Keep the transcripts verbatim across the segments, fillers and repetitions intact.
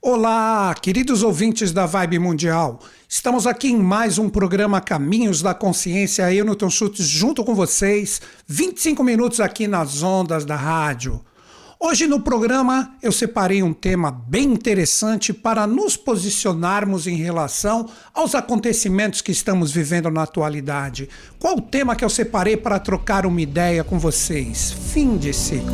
Olá, queridos ouvintes da Vibe Mundial. Estamos aqui em mais um programa Caminhos da Consciência. Eu, Newton Schultz, junto com vocês, vinte e cinco minutos aqui nas ondas da rádio. Hoje no programa eu separei um tema bem interessante para nos posicionarmos em relação aos acontecimentos que estamos vivendo na atualidade. Qual o tema que eu separei para trocar uma ideia com vocês? Fim de ciclo.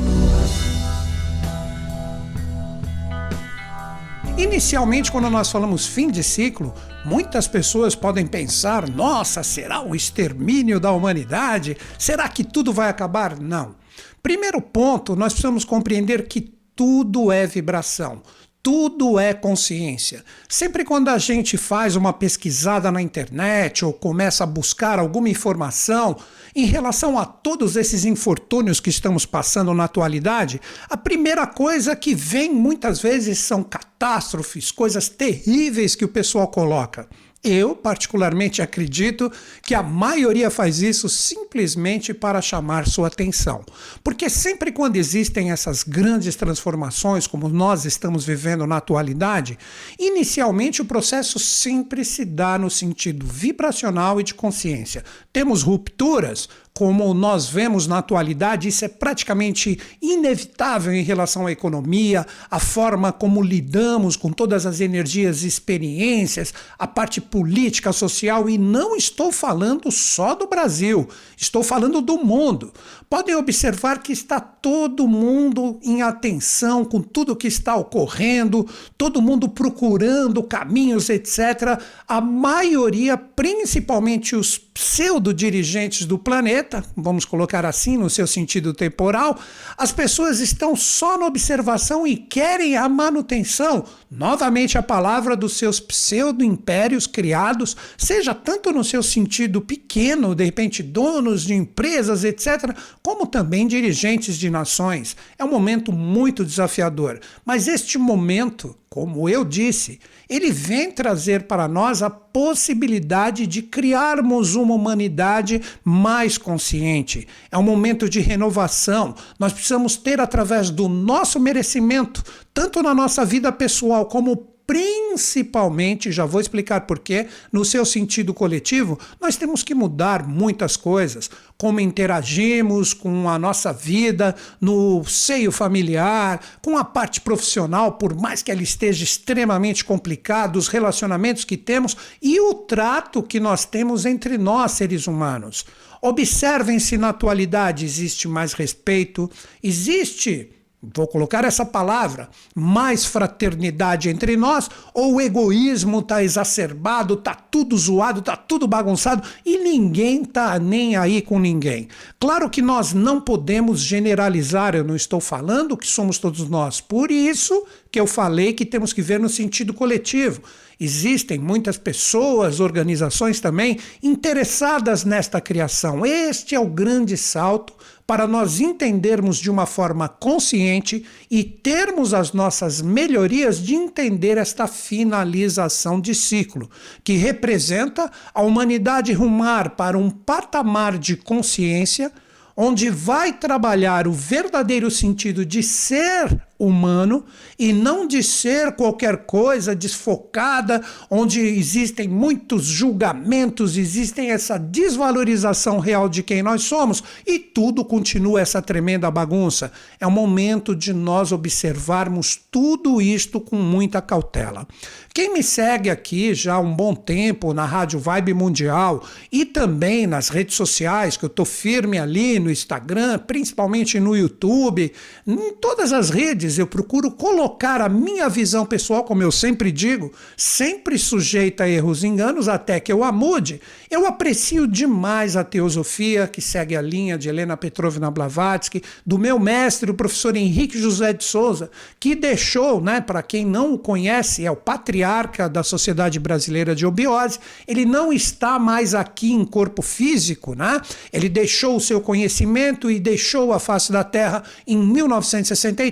Inicialmente, quando nós falamos fim de ciclo, muitas pessoas podem pensar, nossa, será o extermínio da humanidade? Será que tudo vai acabar? Não. Primeiro ponto, nós precisamos compreender que tudo é vibração. Tudo é consciência. Sempre quando a gente faz uma pesquisada na internet ou começa a buscar alguma informação em relação a todos esses infortúnios que estamos passando na atualidade, a primeira coisa que vem muitas vezes são catástrofes, coisas terríveis que o pessoal coloca. Eu, particularmente, acredito que a maioria faz isso simplesmente para chamar sua atenção. Porque sempre quando existem essas grandes transformações, como nós estamos vivendo na atualidade, inicialmente o processo sempre se dá no sentido vibracional e de consciência. Temos rupturas, como nós vemos na atualidade, isso é praticamente inevitável em relação à economia, a forma como lidamos com todas as energias e experiências, a parte política, social, e não estou falando só do Brasil, estou falando do mundo. Podem observar que está todo mundo em atenção com tudo que está ocorrendo, todo mundo procurando caminhos, etcétera. A maioria, principalmente os pseudo-dirigentes do planeta, vamos colocar assim no seu sentido temporal, as pessoas estão só na observação e querem a manutenção, novamente a palavra, dos seus pseudo-impérios criados, seja tanto no seu sentido pequeno, de repente donos de empresas, etcétera, como também dirigentes de nações. É um momento muito desafiador, mas este momento, como eu disse, ele vem trazer para nós a possibilidade de criarmos uma humanidade mais consciente. É um momento de renovação. Nós precisamos ter, através do nosso merecimento, tanto na nossa vida pessoal como principalmente, já vou explicar porquê, no seu sentido coletivo, nós temos que mudar muitas coisas, como interagimos com a nossa vida, no seio familiar, com a parte profissional, por mais que ela esteja extremamente complicada, os relacionamentos que temos e o trato que nós temos entre nós, seres humanos. Observem se na atualidade existe mais respeito, existe... vou colocar essa palavra, mais fraternidade entre nós, ou o egoísmo está exacerbado, está tudo zoado, está tudo bagunçado e ninguém está nem aí com ninguém. Claro que nós não podemos generalizar, eu não estou falando que somos todos nós, por isso que eu falei que temos que ver no sentido coletivo. Existem muitas pessoas, organizações também, interessadas nesta criação. Este é o grande salto para nós entendermos de uma forma consciente e termos as nossas melhorias de entender esta finalização de ciclo, que representa a humanidade rumar para um patamar de consciência onde vai trabalhar o verdadeiro sentido de ser humano e não de ser qualquer coisa desfocada, onde existem muitos julgamentos, existem essa desvalorização real de quem nós somos e tudo continua essa tremenda bagunça. É o momento de nós observarmos tudo isto com muita cautela. Quem me segue aqui já há um bom tempo na Rádio Vibe Mundial e também nas redes sociais, que eu estou firme ali no Instagram, principalmente no YouTube, em todas as redes, eu procuro colocar a minha visão pessoal, como eu sempre digo, sempre sujeita a erros e enganos até que eu a mude. Eu aprecio demais a teosofia, que segue a linha de Helena Petrovna Blavatsky, do meu mestre, o professor Henrique José de Souza, que deixou, né, para quem não o conhece, é o patriarca da Sociedade Brasileira de Obiose. Ele não está mais aqui em corpo físico, né? Ele deixou o seu conhecimento e deixou a face da Terra em mil novecentos e sessenta e três,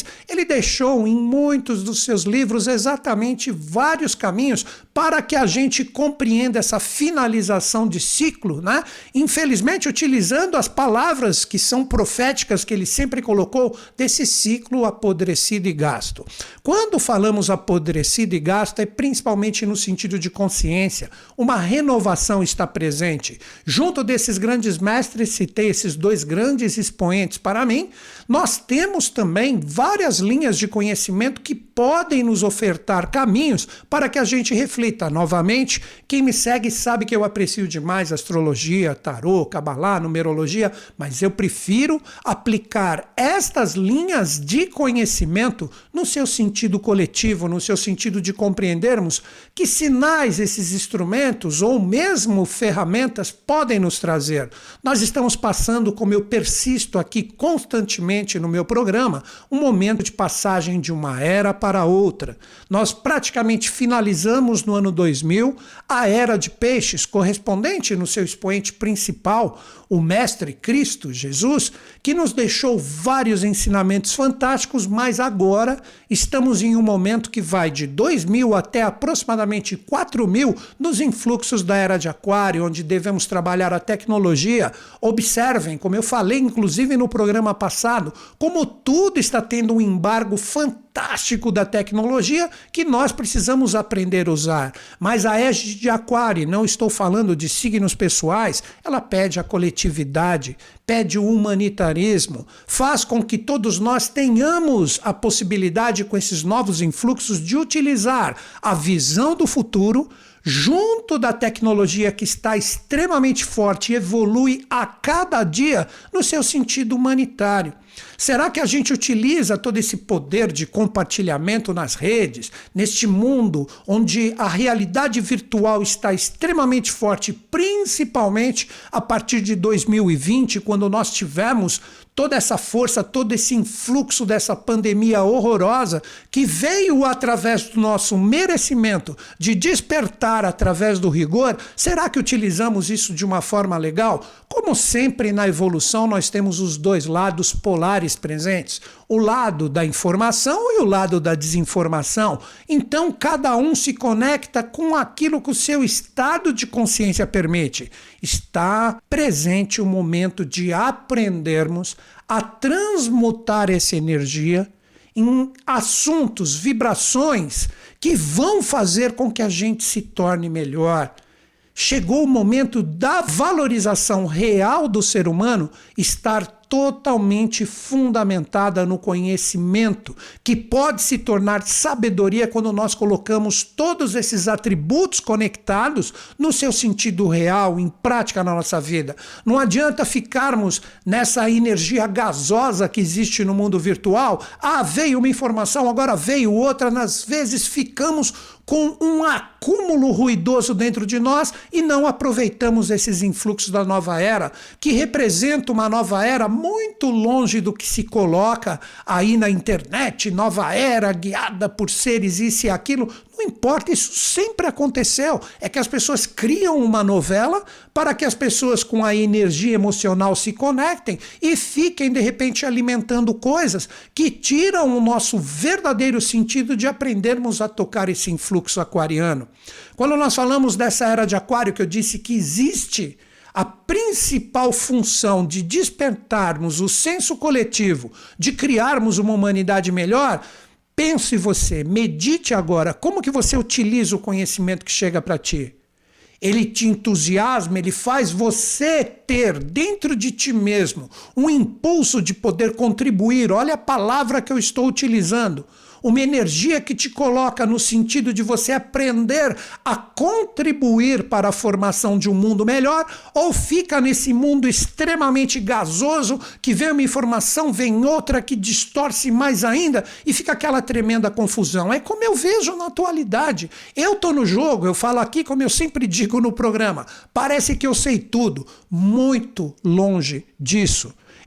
ele deixou em muitos dos seus livros exatamente vários caminhos para que a gente compreenda essa finalização de ciclo, né? Infelizmente, utilizando as palavras que são proféticas que ele sempre colocou desse ciclo apodrecido e gasto. Quando falamos apodrecido e gasto, é principalmente no sentido de consciência. Uma renovação está presente. Junto desses grandes mestres, citei esses dois grandes expoentes para mim, nós temos também várias linhas de conhecimento que podem nos ofertar caminhos para que a gente reflita. Novamente, quem me segue sabe que eu aprecio demais astrologia, tarô, cabalá, numerologia, mas eu prefiro aplicar estas linhas de conhecimento no seu sentido coletivo, no seu sentido de compreendermos que sinais esses instrumentos ou mesmo ferramentas podem nos trazer. Nós estamos passando, como eu persisto aqui constantemente no meu programa, um momento de passagem de uma era para outra. Nós praticamente finalizamos no ano dois mil a era de peixes, correspondente no seu expoente principal, o Mestre Cristo Jesus, que nos deixou vários ensinamentos fantásticos, mas agora estamos em um momento que vai de dois mil até aproximadamente quatro mil nos influxos da era de Aquário, onde devemos trabalhar a tecnologia. Observem, como eu falei inclusive no programa passado, como tudo está tendo um embargo fantástico da tecnologia que nós precisamos aprender a usar. Mas a égide de Aquário, não estou falando de signos pessoais, ela pede a coletividade, pede o humanitarismo, faz com que todos nós tenhamos a possibilidade com esses novos influxos de utilizar a visão do futuro junto da tecnologia que está extremamente forte e evolui a cada dia no seu sentido humanitário. Será que a gente utiliza todo esse poder de compartilhamento nas redes, neste mundo onde a realidade virtual está extremamente forte, principalmente a partir de dois mil e vinte, quando nós tivemos toda essa força, todo esse influxo dessa pandemia horrorosa que veio através do nosso merecimento de despertar através do rigor? Será que utilizamos isso de uma forma legal? Como sempre na evolução nós temos os dois lados polares presentes, o lado da informação e o lado da desinformação. Então cada um se conecta com aquilo que o seu estado de consciência permite. Está presente o momento de aprendermos a transmutar essa energia em assuntos, vibrações que vão fazer com que a gente se torne melhor. Chegou o momento da valorização real do ser humano estar totalmente fundamentada no conhecimento, que pode se tornar sabedoria quando nós colocamos todos esses atributos conectados no seu sentido real, em prática na nossa vida. Não adianta ficarmos nessa energia gasosa que existe no mundo virtual. Ah, veio uma informação, agora veio outra. Às vezes ficamos com um acúmulo ruidoso dentro de nós e não aproveitamos esses influxos da nova era, que representa uma nova era muito longe do que se coloca aí na internet, nova era guiada por seres isso e aquilo. Não importa, isso sempre aconteceu. É que as pessoas criam uma novela para que as pessoas com a energia emocional se conectem e fiquem de repente alimentando coisas que tiram o nosso verdadeiro sentido de aprendermos a tocar esse influxo aquariano. Quando nós falamos dessa era de Aquário, que eu disse que existe a principal função de despertarmos o senso coletivo, de criarmos uma humanidade melhor, pense você, medite agora, como que você utiliza o conhecimento que chega para ti? Ele te entusiasma, ele faz você ter dentro de ti mesmo um impulso de poder contribuir. Olha a palavra que eu estou utilizando. Uma energia que te coloca no sentido de você aprender a contribuir para a formação de um mundo melhor, ou fica nesse mundo extremamente gasoso que vem uma informação, vem outra que distorce mais ainda e fica aquela tremenda confusão. É como eu vejo na atualidade. Eu estou no jogo, eu falo aqui como eu sempre digo no programa, parece que eu sei tudo, muito longe disso.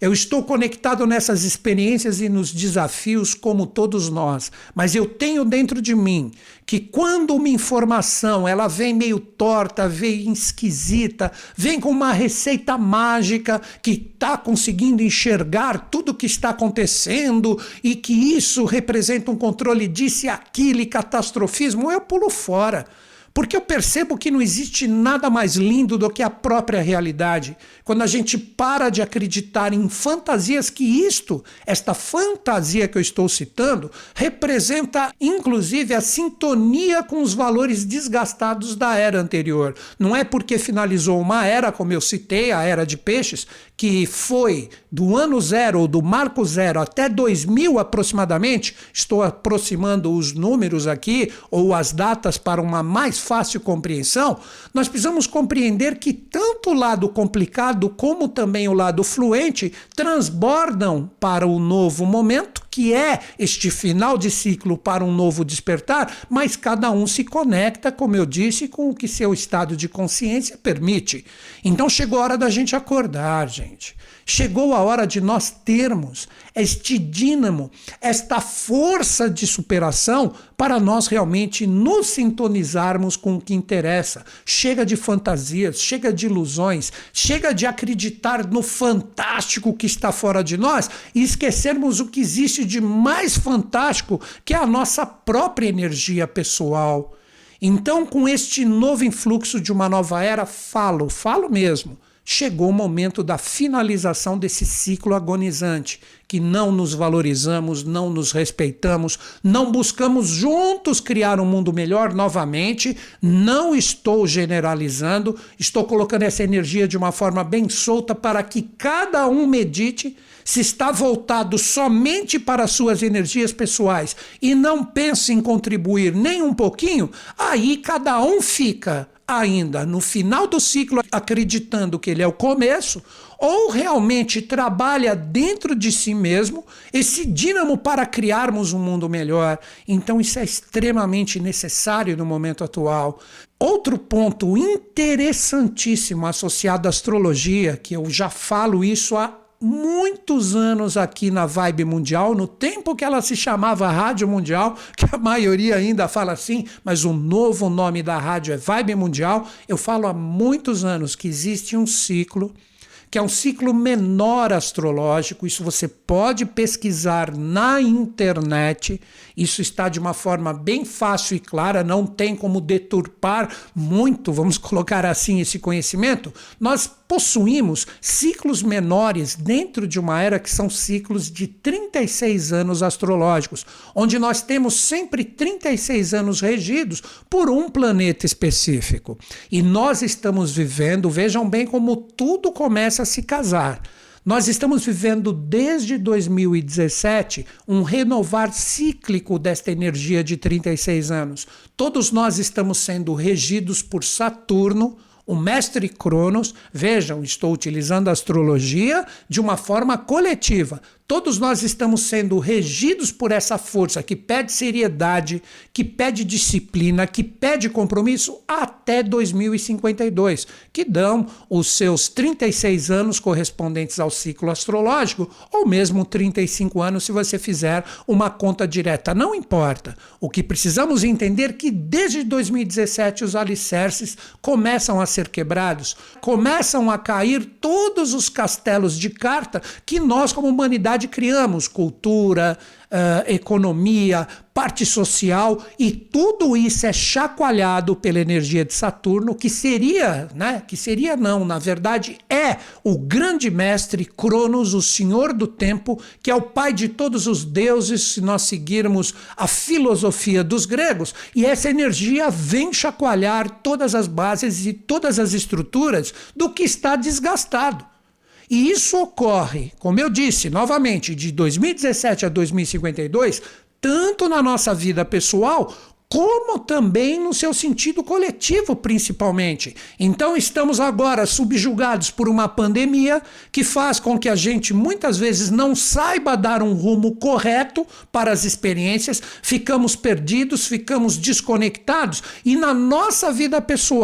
Eu estou conectado nessas experiências e nos desafios como todos nós, mas eu tenho dentro de mim que quando uma informação ela vem meio torta, vem esquisita, vem com uma receita mágica que está conseguindo enxergar tudo o que está acontecendo e que isso representa um controle disso e aquilo e catastrofismo, eu pulo fora. Porque eu percebo que não existe nada mais lindo do que a própria realidade. Quando a gente para de acreditar em fantasias, que isto, esta fantasia que eu estou citando, representa inclusive a sintonia com os valores desgastados da era anterior. Não é porque finalizou uma era, como eu citei, a era de peixes, que foi do ano zero ou do marco zero até dois mil aproximadamente, estou aproximando os números aqui, ou as datas para uma mais fácil compreensão, nós precisamos compreender que tanto o lado complicado como também o lado fluente transbordam para o novo momento, que é este final de ciclo para um novo despertar, mas cada um se conecta, como eu disse, com o que seu estado de consciência permite. Então chegou a hora da gente acordar, gente. Chegou a hora de nós termos este dínamo, esta força de superação para nós realmente nos sintonizarmos com o que interessa. Chega de fantasias, chega de ilusões, chega de acreditar no fantástico que está fora de nós e esquecermos o que existe de mais fantástico, que é a nossa própria energia pessoal. Então, com este novo influxo de uma nova era, falo, falo mesmo. Chegou o momento da finalização desse ciclo agonizante, que não nos valorizamos, não nos respeitamos, não buscamos juntos criar um mundo melhor novamente. Não estou generalizando, estou colocando essa energia de uma forma bem solta para que cada um medite. Se está voltado somente para as suas energias pessoais e não pense em contribuir nem um pouquinho, aí cada um fica ainda no final do ciclo acreditando que ele é o começo, ou realmente trabalha dentro de si mesmo esse dínamo para criarmos um mundo melhor. Então isso é extremamente necessário no momento atual. Outro ponto interessantíssimo associado à astrologia, que eu já falo isso há muitos anos aqui na Vibe Mundial, no tempo que ela se chamava Rádio Mundial, que a maioria ainda fala assim, mas o novo nome da rádio é Vibe Mundial. Eu falo há muitos anos que existe um ciclo, que é um ciclo menor astrológico. Isso você pode pesquisar na internet, isso está de uma forma bem fácil e clara, não tem como deturpar muito, vamos colocar assim, esse conhecimento. Nós possuímos ciclos menores dentro de uma era que são ciclos de trinta e seis anos astrológicos, onde nós temos sempre trinta e seis anos regidos por um planeta específico. E nós estamos vivendo, vejam bem como tudo começa a se casar. Nós estamos vivendo desde dois mil e dezessete um renovar cíclico desta energia de trinta e seis anos. Todos nós estamos sendo regidos por Saturno, o mestre Cronos. Vejam, estou utilizando a astrologia de uma forma coletiva. Todos nós estamos sendo regidos por essa força que pede seriedade, que pede disciplina, que pede compromisso até dois mil e cinquenta e dois, que dão os seus trinta e seis anos correspondentes ao ciclo astrológico, ou mesmo trinta e cinco anos se você fizer uma conta direta. Não importa. O que precisamos entender é que desde dois mil e dezessete os alicerces começam a ser quebrados, começam a cair todos os castelos de carta que nós como humanidade criamos, cultura, uh, economia, parte social, e tudo isso é chacoalhado pela energia de Saturno, que seria, né, que seria não, na verdade é o grande mestre Cronos, o senhor do tempo, que é o pai de todos os deuses, se nós seguirmos a filosofia dos gregos, e essa energia vem chacoalhar todas as bases e todas as estruturas do que está desgastado. E isso ocorre, como eu disse, novamente, de dois mil e dezessete a dois mil e cinquenta e dois, tanto na nossa vida pessoal, como também no seu sentido coletivo, principalmente. Então estamos agora subjugados por uma pandemia que faz com que a gente muitas vezes não saiba dar um rumo correto para as experiências, ficamos perdidos, ficamos desconectados, e na nossa vida pessoal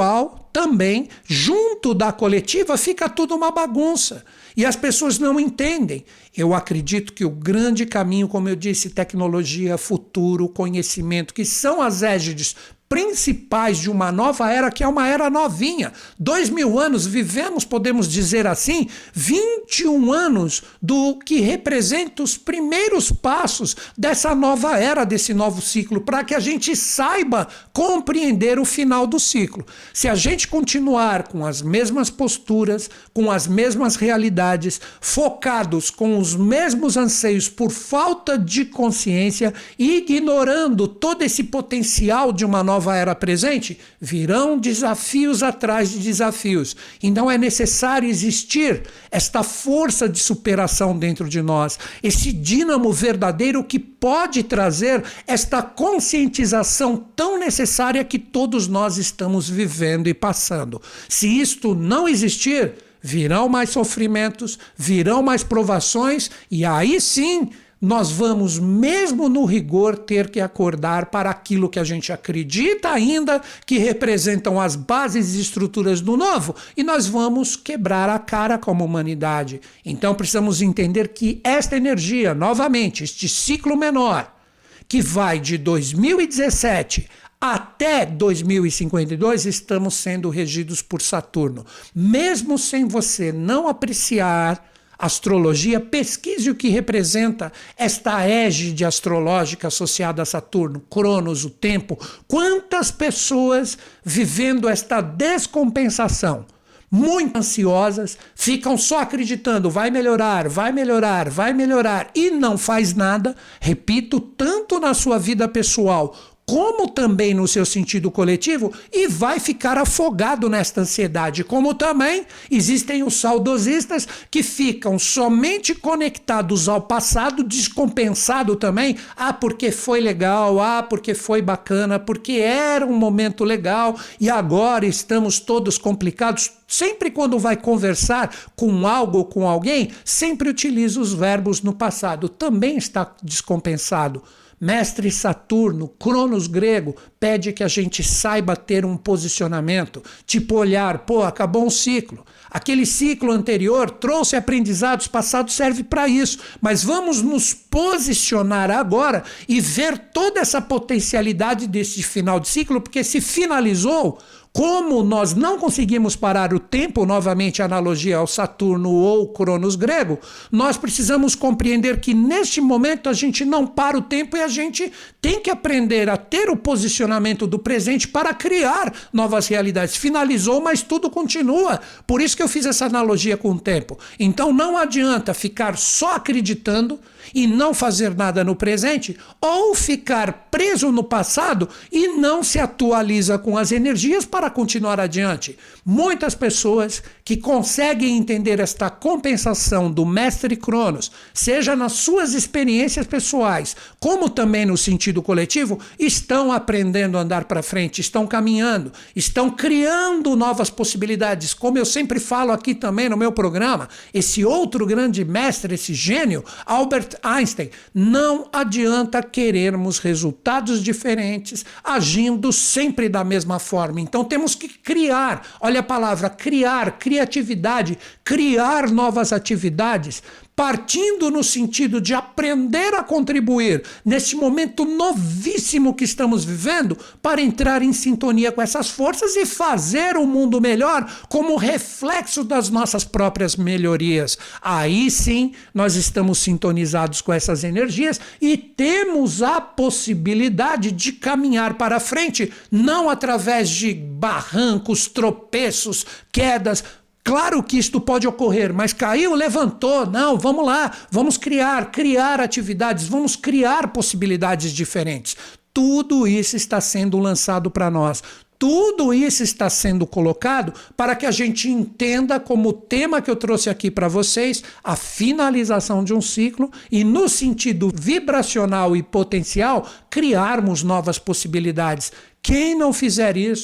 também, junto da coletiva, fica tudo uma bagunça. E as pessoas não entendem. Eu acredito que o grande caminho, como eu disse, tecnologia, futuro, conhecimento, que são as égides principais de uma nova era, que é uma era novinha. Dois mil anos vivemos, podemos dizer assim, vinte e um anos do que representa os primeiros passos dessa nova era, desse novo ciclo, para que a gente saiba compreender o final do ciclo. Se a gente continuar com as mesmas posturas, com as mesmas realidades, focados com os mesmos anseios por falta de consciência, ignorando todo esse potencial de uma nova nova era presente, virão desafios atrás de desafios. Então é necessário existir esta força de superação dentro de nós, esse dínamo verdadeiro que pode trazer esta conscientização tão necessária que todos nós estamos vivendo e passando. Se isto não existir, virão mais sofrimentos, virão mais provações, e aí sim nós vamos, mesmo no rigor, ter que acordar para aquilo que a gente acredita ainda que representam as bases e estruturas do novo, e nós vamos quebrar a cara como humanidade. Então precisamos entender que esta energia, novamente, este ciclo menor, que vai de dois mil e dezessete até dois mil e cinquenta e dois, estamos sendo regidos por Saturno. Mesmo sem você não apreciar astrologia, pesquise o que representa esta égide astrológica associada a Saturno, Cronos, o tempo. Quantas pessoas vivendo esta descompensação, muito ansiosas, ficam só acreditando, vai melhorar, vai melhorar, vai melhorar, e não faz nada, repito, tanto na sua vida pessoal como também no seu sentido coletivo, e vai ficar afogado nesta ansiedade. Como também existem os saudosistas que ficam somente conectados ao passado, descompensado também, ah, porque foi legal, ah, porque foi bacana, porque era um momento legal e agora estamos todos complicados. Sempre quando vai conversar com algo ou com alguém, sempre utiliza os verbos no passado, também está descompensado. Mestre Saturno, Cronos grego, pede que a gente saiba ter um posicionamento, tipo olhar, pô, acabou um ciclo. Aquele ciclo anterior trouxe aprendizados, passado serve para isso, mas vamos nos posicionar agora e ver toda essa potencialidade desse final de ciclo, porque se finalizou, como nós não conseguimos parar o tempo, novamente analogia ao Saturno ou Cronos grego, nós precisamos compreender que neste momento a gente não para o tempo e a gente tem que aprender a ter o posicionamento do presente para criar novas realidades. Finalizou, mas tudo continua. Por isso que eu fiz essa analogia com o tempo. Então não adianta ficar só acreditando e não fazer nada no presente, ou ficar preso no passado e não se atualiza com as energias para continuar adiante. Muitas pessoas que conseguem entender esta compensação do mestre Cronos, seja nas suas experiências pessoais, como também no sentido coletivo, estão aprendendo a andar para frente, estão caminhando, estão criando novas possibilidades. Como eu sempre falo aqui também no meu programa, esse outro grande mestre, esse gênio, Albert Einstein, não adianta querermos resultados diferentes, agindo sempre da mesma forma. Então temos que criar, olha a palavra, criar, criatividade, criar novas atividades, partindo no sentido de aprender a contribuir neste momento novíssimo que estamos vivendo para entrar em sintonia com essas forças e fazer o mundo melhor como reflexo das nossas próprias melhorias. Aí sim nós estamos sintonizados com essas energias e temos a possibilidade de caminhar para frente, não através de barrancos, tropeços, quedas. Claro que isto pode ocorrer, mas caiu, levantou, não, vamos lá, vamos criar, criar atividades, vamos criar possibilidades diferentes. Tudo isso está sendo lançado para nós. Tudo isso está sendo colocado para que a gente entenda como o tema que eu trouxe aqui para vocês, a finalização de um ciclo e no sentido vibracional e potencial, criarmos novas possibilidades. Quem não fizer isso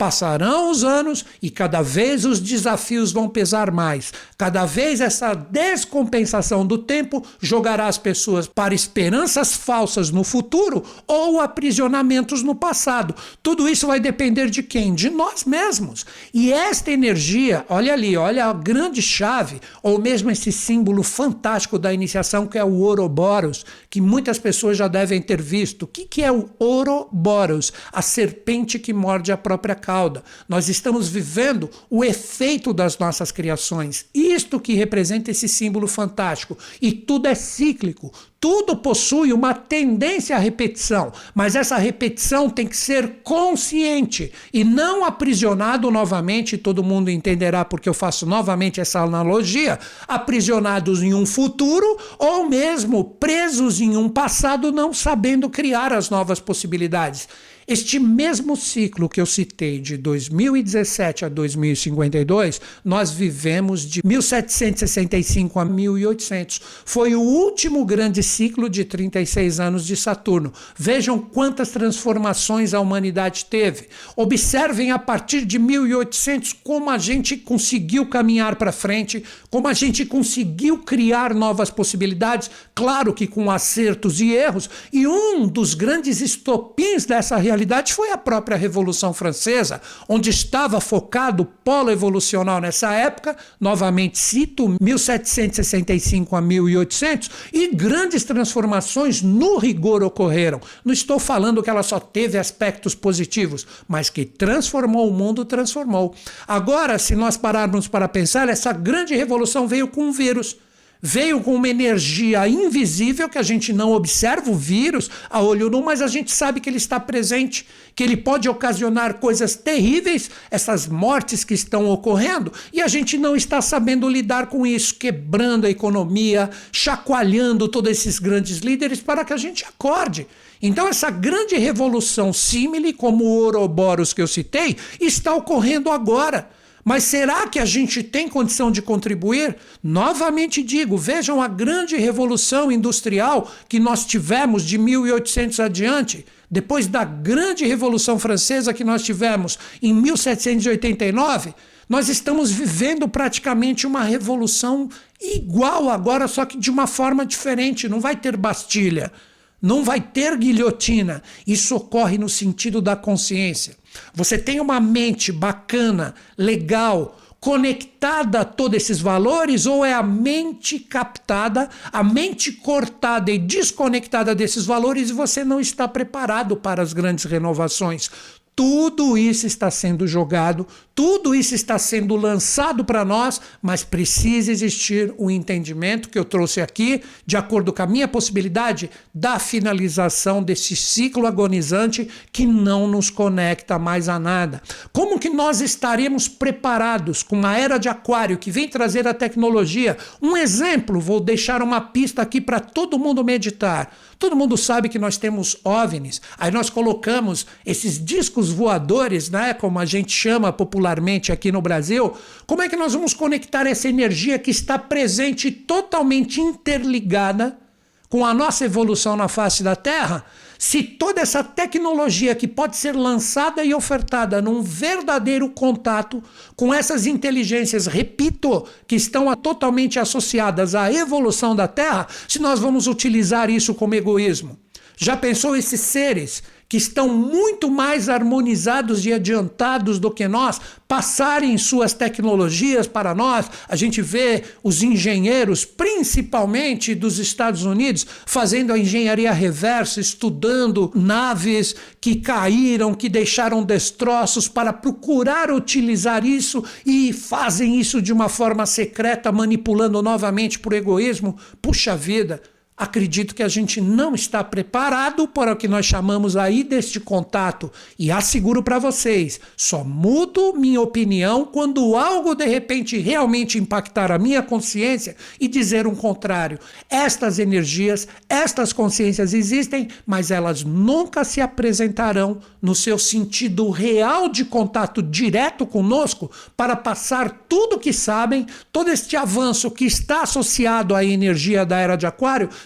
Passarão os anos e cada vez os desafios vão pesar mais. Cada vez essa descompensação do tempo jogará as pessoas para esperanças falsas no futuro ou aprisionamentos no passado. Tudo isso vai depender de quem? De nós mesmos. E esta energia, olha ali, olha a grande chave, ou mesmo esse símbolo fantástico da iniciação que é o Ouroboros, que muitas pessoas já devem ter visto. O que, que é o Ouroboros? A serpente que morde a própria cauda. Nós estamos vivendo o efeito das nossas criações. Isto que representa esse símbolo fantástico. E tudo é cíclico. Tudo possui uma tendência à repetição, mas essa repetição tem que ser consciente e não aprisionado novamente, todo mundo entenderá porque eu faço novamente essa analogia, aprisionados em um futuro ou mesmo presos em um passado não sabendo criar as novas possibilidades. Este mesmo ciclo que eu citei de dois mil e dezessete a dois mil e cinquenta e dois, nós vivemos de mil setecentos e sessenta e cinco a mil e oitocentos. Foi o último grande ciclo de trinta e seis anos de Saturno. Vejam quantas transformações a humanidade teve. Observem a partir de mil e oitocentos como a gente conseguiu caminhar para frente, como a gente conseguiu criar novas possibilidades, claro que com acertos e erros, e um dos grandes estopins dessa realidade foi a própria Revolução Francesa, onde estava focado o polo evolucional nessa época, novamente cito, mil setecentos e sessenta e cinco a mil e oitocentos, e grandes transformações no rigor ocorreram. Não estou falando que ela só teve aspectos positivos, mas que transformou o mundo, transformou. Agora, se nós pararmos para pensar, essa grande revolução veio com um vírus. Veio com uma energia invisível que a gente não observa o vírus a olho nu, mas a gente sabe que ele está presente, que ele pode ocasionar coisas terríveis, essas mortes que estão ocorrendo, e a gente não está sabendo lidar com isso, quebrando a economia, chacoalhando todos esses grandes líderes para que a gente acorde. Então essa grande revolução símile, como o Ouroboros que eu citei, está ocorrendo agora. Mas será que a gente tem condição de contribuir? Novamente digo, vejam a grande revolução industrial que nós tivemos de mil e oitocentos adiante, depois da grande Revolução Francesa que nós tivemos em mil setecentos e oitenta e nove, nós estamos vivendo praticamente uma revolução igual agora, só que de uma forma diferente. Não vai ter Bastilha, não vai ter guilhotina. Isso ocorre no sentido da consciência. Você tem uma mente bacana, legal, conectada a todos esses valores, ou é a mente captada, a mente cortada e desconectada desses valores e você não está preparado para as grandes renovações? Tudo isso está sendo jogado, tudo isso está sendo lançado para nós, mas precisa existir o entendimento que eu trouxe aqui, de acordo com a minha possibilidade, da finalização desse ciclo agonizante que não nos conecta mais a nada. Como que nós estaremos preparados com uma era de aquário que vem trazer a tecnologia? Um exemplo, vou deixar uma pista aqui para todo mundo meditar. Todo mundo sabe que nós temos OVNIs, aí nós colocamos esses discos voadores, né, como a gente chama popularmente aqui no Brasil. Como é que nós vamos conectar essa energia que está presente e totalmente interligada com a nossa evolução na face da Terra, se toda essa tecnologia que pode ser lançada e ofertada num verdadeiro contato com essas inteligências, repito, que estão totalmente associadas à evolução da Terra, se nós vamos utilizar isso como egoísmo? Já pensou esses seres que estão muito mais harmonizados e adiantados do que nós, passarem suas tecnologias para nós? A gente vê os engenheiros, principalmente dos Estados Unidos, fazendo a engenharia reversa, estudando naves que caíram, que deixaram destroços, para procurar utilizar isso, e fazem isso de uma forma secreta, manipulando novamente por egoísmo. Puxa vida! Acredito que a gente não está preparado para o que nós chamamos aí deste contato. E asseguro para vocês, só mudo minha opinião quando algo de repente realmente impactar a minha consciência e dizer um contrário. Estas energias, estas consciências existem, mas elas nunca se apresentarão no seu sentido real de contato direto conosco para passar tudo que sabem, todo este avanço que está associado à energia da Era de Aquário,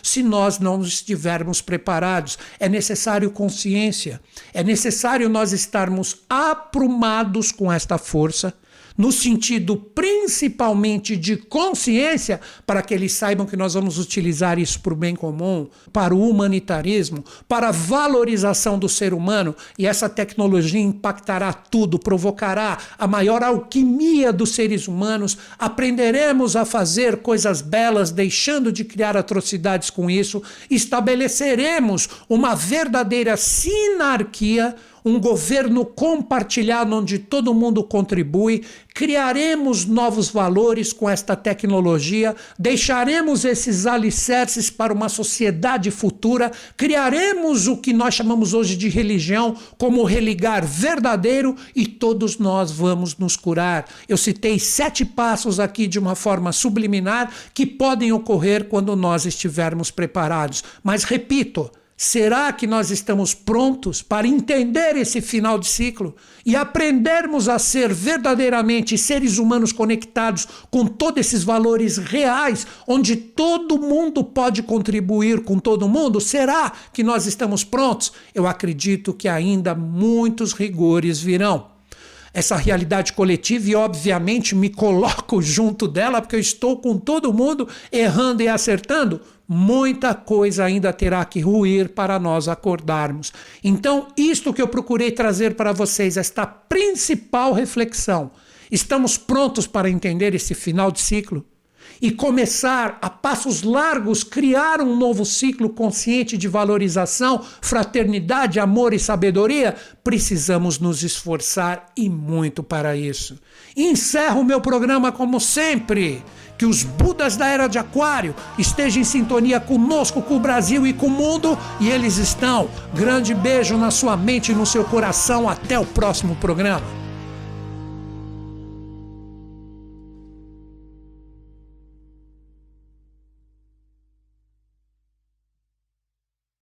se nós não estivermos preparados. É necessário consciência, é necessário nós estarmos aprumados com esta força, no sentido principalmente de consciência, para que eles saibam que nós vamos utilizar isso para o bem comum, para o humanitarismo, para a valorização do ser humano, e essa tecnologia impactará tudo, provocará a maior alquimia dos seres humanos, aprenderemos a fazer coisas belas, deixando de criar atrocidades com isso, estabeleceremos uma verdadeira sinarquia, um governo compartilhado onde todo mundo contribui, criaremos novos valores com esta tecnologia, deixaremos esses alicerces para uma sociedade futura, criaremos o que nós chamamos hoje de religião como religar verdadeiro e todos nós vamos nos curar. Eu citei sete passos aqui de uma forma subliminar que podem ocorrer quando nós estivermos preparados. Mas repito, será que nós estamos prontos para entender esse final de ciclo e aprendermos a ser verdadeiramente seres humanos conectados com todos esses valores reais, onde todo mundo pode contribuir com todo mundo? Será que nós estamos prontos? Eu acredito que ainda muitos rigores virão. Essa realidade coletiva, e obviamente me coloco junto dela, porque eu estou com todo mundo errando e acertando, muita coisa ainda terá que ruir para nós acordarmos. Então, isto que eu procurei trazer para vocês, esta principal reflexão, estamos prontos para entender esse final de ciclo? E começar a passos largos, criar um novo ciclo consciente de valorização, fraternidade, amor e sabedoria? Precisamos nos esforçar e muito para isso. Encerro o meu programa como sempre. Que os Budas da Era de Aquário estejam em sintonia conosco, com o Brasil e com o mundo, e eles estão. Grande beijo na sua mente e no seu coração. Até o próximo programa.